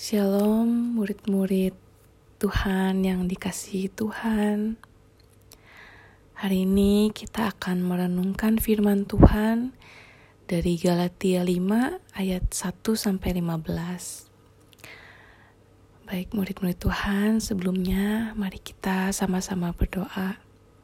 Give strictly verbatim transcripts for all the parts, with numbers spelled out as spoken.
Shalom murid-murid Tuhan yang dikasihi Tuhan. Hari ini kita akan merenungkan firman Tuhan dari Galatia lima ayat satu sampai lima belas. Baik murid-murid Tuhan, sebelumnya mari kita sama-sama berdoa.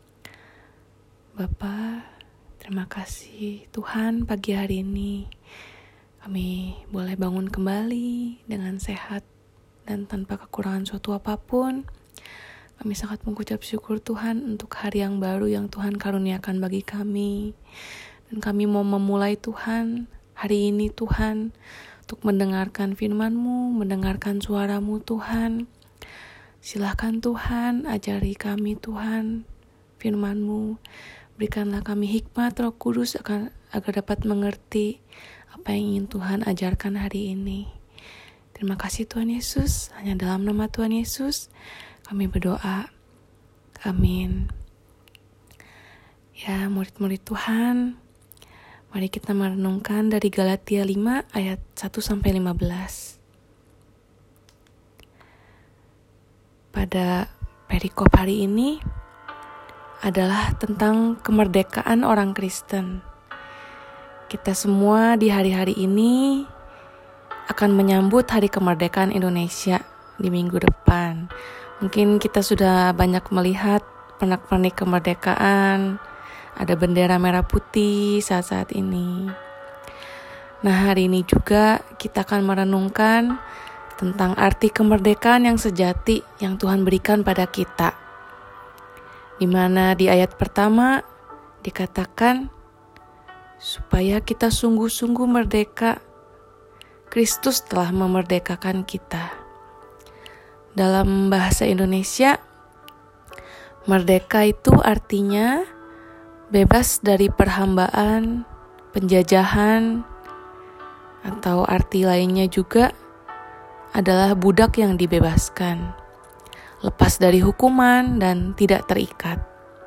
Bapa, terima kasih Tuhan pagi hari ini. Kami boleh bangun kembali dengan sehat dan tanpa kekurangan suatu apapun. Kami sangat mengucap syukur Tuhan untuk hari yang baru yang Tuhan karuniakan bagi kami. Dan kami mau memulai Tuhan hari ini Tuhan untuk mendengarkan firman-Mu, mendengarkan suara-Mu Tuhan. Silakan Tuhan ajari kami Tuhan firman-Mu. Berikanlah kami hikmat Roh Kudus agar, agar dapat mengerti apa yang ingin Tuhan ajarkan hari ini. Terima kasih Tuhan Yesus. Hanya dalam nama Tuhan Yesus kami berdoa. Amin. Ya murid-murid Tuhan, mari kita merenungkan dari Galatia lima ayat satu sampai lima belas. Pada perikop hari ini adalah tentang kemerdekaan orang Kristen. Kita semua di hari-hari ini akan menyambut Hari Kemerdekaan Indonesia di minggu depan. Mungkin kita sudah banyak melihat pernak-pernik kemerdekaan, ada bendera merah putih saat-saat ini. Nah, hari ini juga kita akan merenungkan tentang arti kemerdekaan yang sejati yang Tuhan berikan pada kita. Di mana di ayat pertama dikatakan, supaya kita sungguh-sungguh merdeka, Kristus telah memerdekakan kita. Dalam bahasa Indonesia, merdeka itu artinya bebas dari perhambaan, penjajahan, atau arti lainnya juga adalah budak yang dibebaskan, lepas dari hukuman dan tidak terikat.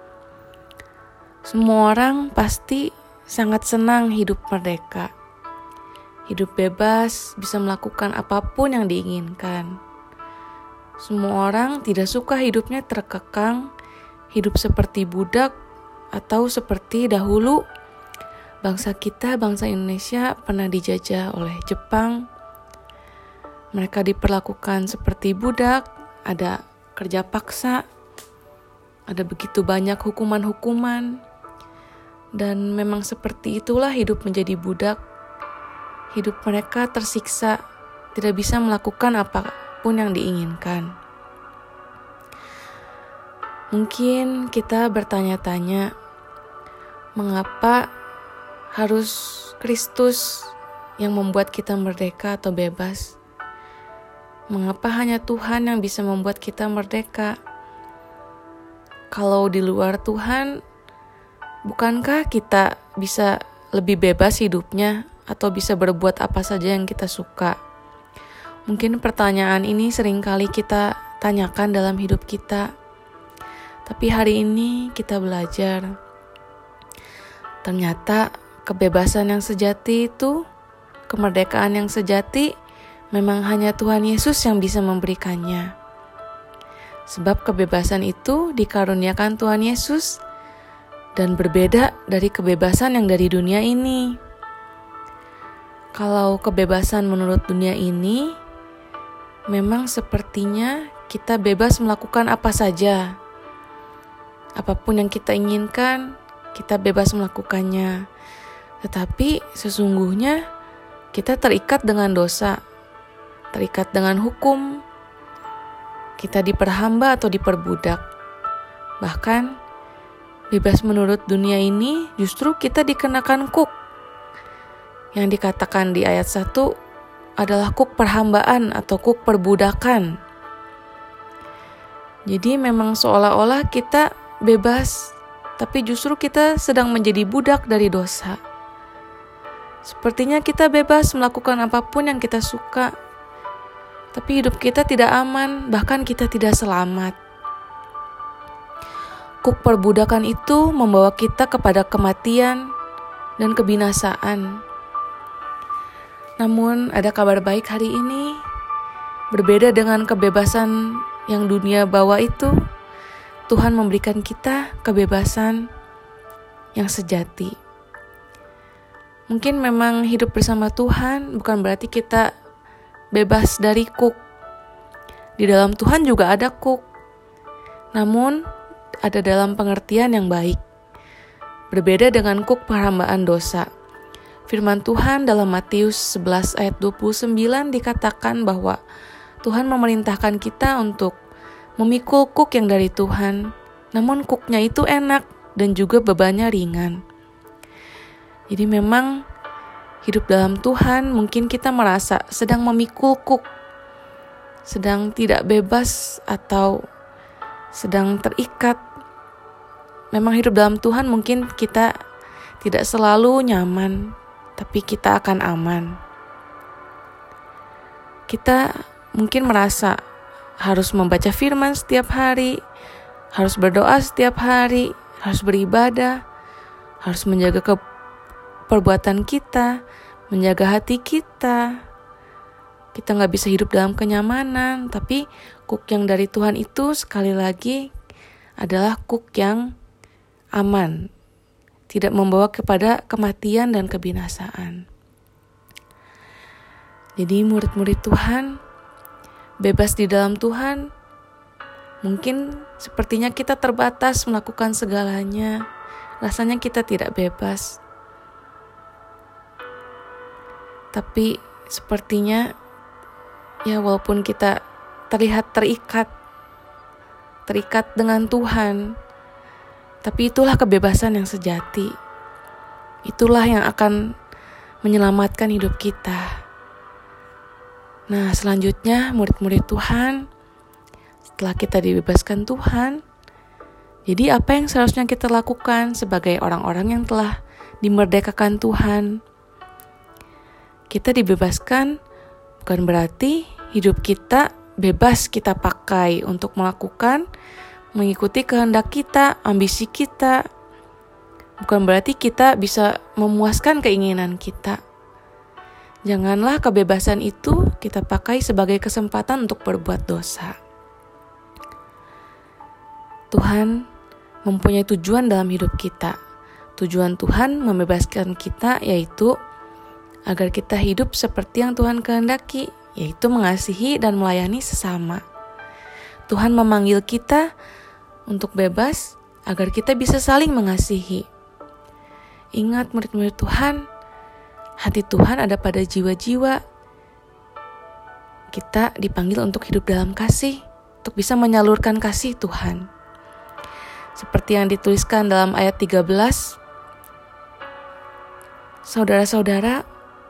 Semua orang pasti sangat senang hidup merdeka. Hidup bebas, bisa melakukan apapun yang diinginkan. Semua orang tidak suka hidupnya terkekang, hidup seperti budak, atau seperti dahulu bangsa kita, bangsa Indonesia pernah dijajah oleh Jepang. Mereka diperlakukan seperti budak, ada kerja paksa, ada begitu banyak hukuman-hukuman. Dan memang seperti itulah hidup menjadi budak. Hidup mereka tersiksa, tidak bisa melakukan apapun yang diinginkan. Mungkin kita bertanya-tanya, mengapa harus Kristus yang membuat kita merdeka atau bebas? Mengapa hanya Tuhan yang bisa membuat kita merdeka? Kalau di luar Tuhan, bukankah kita bisa lebih bebas hidupnya atau bisa berbuat apa saja yang kita suka? Mungkin pertanyaan ini seringkali kita tanyakan dalam hidup kita. Tapi hari ini kita belajar. Ternyata kebebasan yang sejati itu, kemerdekaan yang sejati, memang hanya Tuhan Yesus yang bisa memberikannya. Sebab kebebasan itu dikaruniakan Tuhan Yesus dan berbeda dari kebebasan yang dari dunia ini. Kalau kebebasan menurut dunia ini, memang sepertinya kita bebas melakukan apa saja. Apapun yang kita inginkan, kita bebas melakukannya. Tetapi sesungguhnya kita terikat dengan dosa, terikat dengan hukum. Kita diperhamba atau diperbudak. Bahkan bebas menurut dunia ini justru kita dikenakan kuk. Yang dikatakan di ayat satu adalah kuk perhambaan atau kuk perbudakan. Jadi memang seolah-olah kita bebas, tapi justru kita sedang menjadi budak dari dosa. Sepertinya kita bebas melakukan apapun yang kita suka, tapi hidup kita tidak aman, bahkan kita tidak selamat. Kuk perbudakan itu membawa kita kepada kematian dan kebinasaan. Namun ada kabar baik hari ini, Berbeda dengan kebebasan yang dunia bawa itu, Tuhan memberikan kita kebebasan yang sejati. Mungkin memang hidup bersama Tuhan bukan berarti kita bebas dari kuk. Di dalam Tuhan juga ada kuk. Namun ada dalam pengertian yang baik. Berbeda dengan kuk perhambaan dosa. Firman Tuhan dalam Matius sebelas ayat dua puluh sembilan dikatakan bahwa Tuhan memerintahkan kita untuk memikul kuk yang dari Tuhan. Namun kuknya itu enak dan juga bebannya ringan. Jadi memang hidup dalam Tuhan mungkin kita merasa sedang memikul kuk, sedang tidak bebas atau sedang terikat. Memang hidup dalam Tuhan mungkin kita tidak selalu nyaman, tapi kita akan aman. Kita mungkin merasa harus membaca firman setiap hari, harus berdoa setiap hari, harus beribadah, harus menjaga ke perbuatan kita, menjaga hati kita. Kita gak bisa hidup dalam kenyamanan, tapi kuk yang dari Tuhan itu sekali lagi adalah kuk yang aman, tidak membawa kepada kematian dan kebinasaan. Jadi murid-murid Tuhan, bebas di dalam Tuhan, mungkin sepertinya kita terbatas melakukan segalanya, rasanya kita tidak bebas. Tapi sepertinya ya walaupun kita terlihat terikat, terikat dengan Tuhan, tapi itulah kebebasan yang sejati. Itulah yang akan menyelamatkan hidup kita. Nah, selanjutnya murid-murid Tuhan, setelah kita dibebaskan Tuhan, jadi apa yang seharusnya kita lakukan sebagai orang-orang yang telah dimerdekakan Tuhan? Kita dibebaskan bukan berarti hidup kita bebas kita pakai untuk melakukan, mengikuti kehendak kita, ambisi kita. Bukan berarti kita bisa memuaskan keinginan kita. Janganlah kebebasan itu kita pakai sebagai kesempatan untuk berbuat dosa. Tuhan mempunyai tujuan dalam hidup kita. Tujuan Tuhan membebaskan kita yaitu agar kita hidup seperti yang Tuhan kehendaki, yaitu mengasihi dan melayani sesama. Tuhan memanggil kita untuk bebas agar kita bisa saling mengasihi. Ingat murid-murid Tuhan, hati Tuhan ada pada jiwa-jiwa. Kita dipanggil untuk hidup dalam kasih, untuk bisa menyalurkan kasih Tuhan. Seperti yang dituliskan dalam ayat tiga belas, saudara-saudara,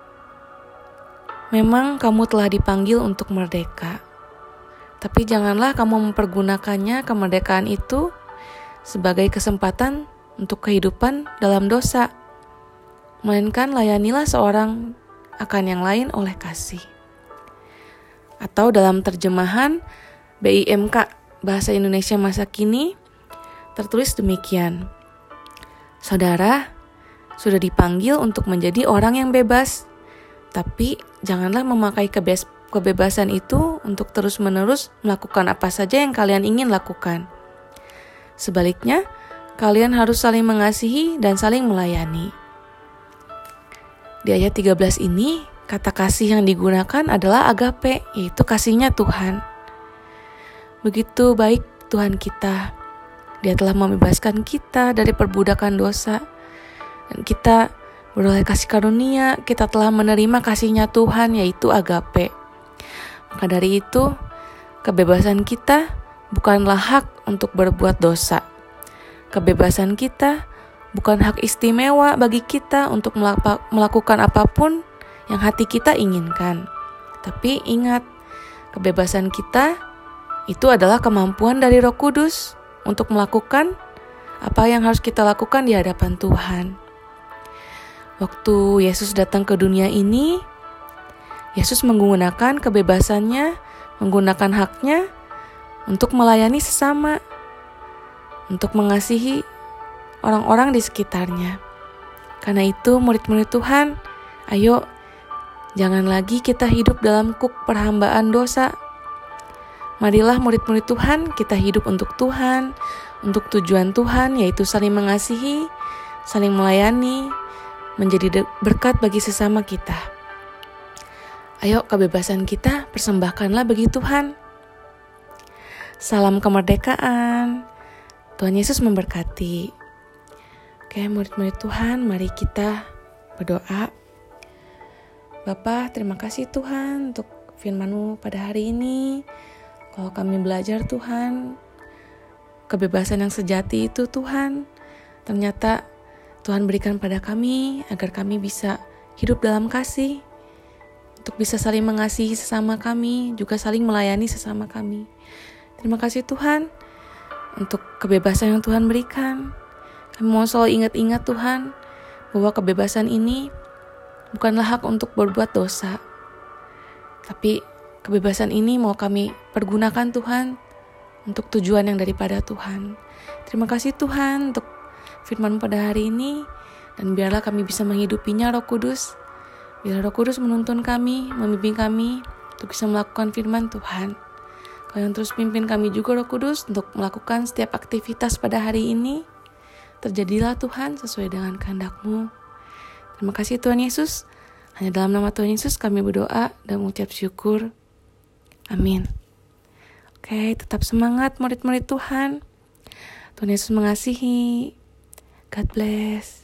memang kamu telah dipanggil untuk merdeka. Tapi janganlah kamu mempergunakannya kemerdekaan itu sebagai kesempatan untuk kehidupan dalam dosa. Melainkan layanilah seorang akan yang lain oleh kasih. Atau dalam terjemahan B I M K Bahasa Indonesia Masa Kini tertulis demikian. Saudara sudah dipanggil untuk menjadi orang yang bebas. Tapi janganlah memakai kebes- kebebasan itu untuk terus-menerus melakukan apa saja yang kalian ingin lakukan. Sebaliknya, kalian harus saling mengasihi dan saling melayani. Di ayat tiga belas ini, kata kasih yang digunakan adalah agape, yaitu kasihnya Tuhan. Begitu baik Tuhan kita. Dia telah membebaskan kita dari perbudakan dosa. Dan kita beroleh kasih karunia, kita telah menerima kasihnya Tuhan, yaitu agape. Maka dari itu, kebebasan kita bukanlah hak untuk berbuat dosa. Kebebasan kita bukan hak istimewa bagi kita untuk melakukan apapun yang hati kita inginkan. Tapi ingat, kebebasan kita itu adalah kemampuan dari Roh Kudus untuk melakukan apa yang harus kita lakukan di hadapan Tuhan. Waktu Yesus datang ke dunia ini, Yesus menggunakan kebebasannya, menggunakan haknya untuk melayani sesama, untuk mengasihi orang-orang di sekitarnya. Karena itu murid-murid Tuhan, ayo jangan lagi kita hidup dalam kuk perhambaan dosa, Marilah murid-murid Tuhan, kita hidup untuk Tuhan, untuk tujuan Tuhan, yaitu saling mengasihi, saling melayani, menjadi berkat bagi sesama kita. Ayo, kebebasan kita persembahkanlah bagi Tuhan. Salam kemerdekaan. Tuhan Yesus memberkati. Oke, murid-murid Tuhan, mari kita berdoa. Bapa, terima kasih Tuhan untuk firman-Mu pada hari ini. Kalau kami belajar Tuhan, kebebasan yang sejati itu Tuhan, ternyata Tuhan berikan pada kami agar kami bisa hidup dalam kasih, untuk bisa saling mengasihi sesama kami, juga saling melayani sesama kami. Terima kasih Tuhan untuk kebebasan yang Tuhan berikan. Kami mau selalu ingat-ingat Tuhan bahwa kebebasan ini bukanlah hak untuk berbuat dosa, tapi kebebasan ini mau kami pergunakan Tuhan untuk tujuan yang daripada Tuhan. Terima kasih Tuhan untuk firman pada hari ini, dan biarlah kami bisa menghidupinya Roh Kudus. Biarlah Roh Kudus menuntun kami, memimpin kami untuk bisa melakukan firman Tuhan. Kau yang terus pimpin kami juga Roh Kudus untuk melakukan setiap aktivitas pada hari ini. Terjadilah Tuhan sesuai dengan kehendak-Mu. Terima kasih Tuhan Yesus. Hanya dalam nama Tuhan Yesus kami berdoa dan mengucap syukur. Amin. Oke, tetap semangat murid-murid Tuhan. Tuhan Yesus mengasihi. God bless.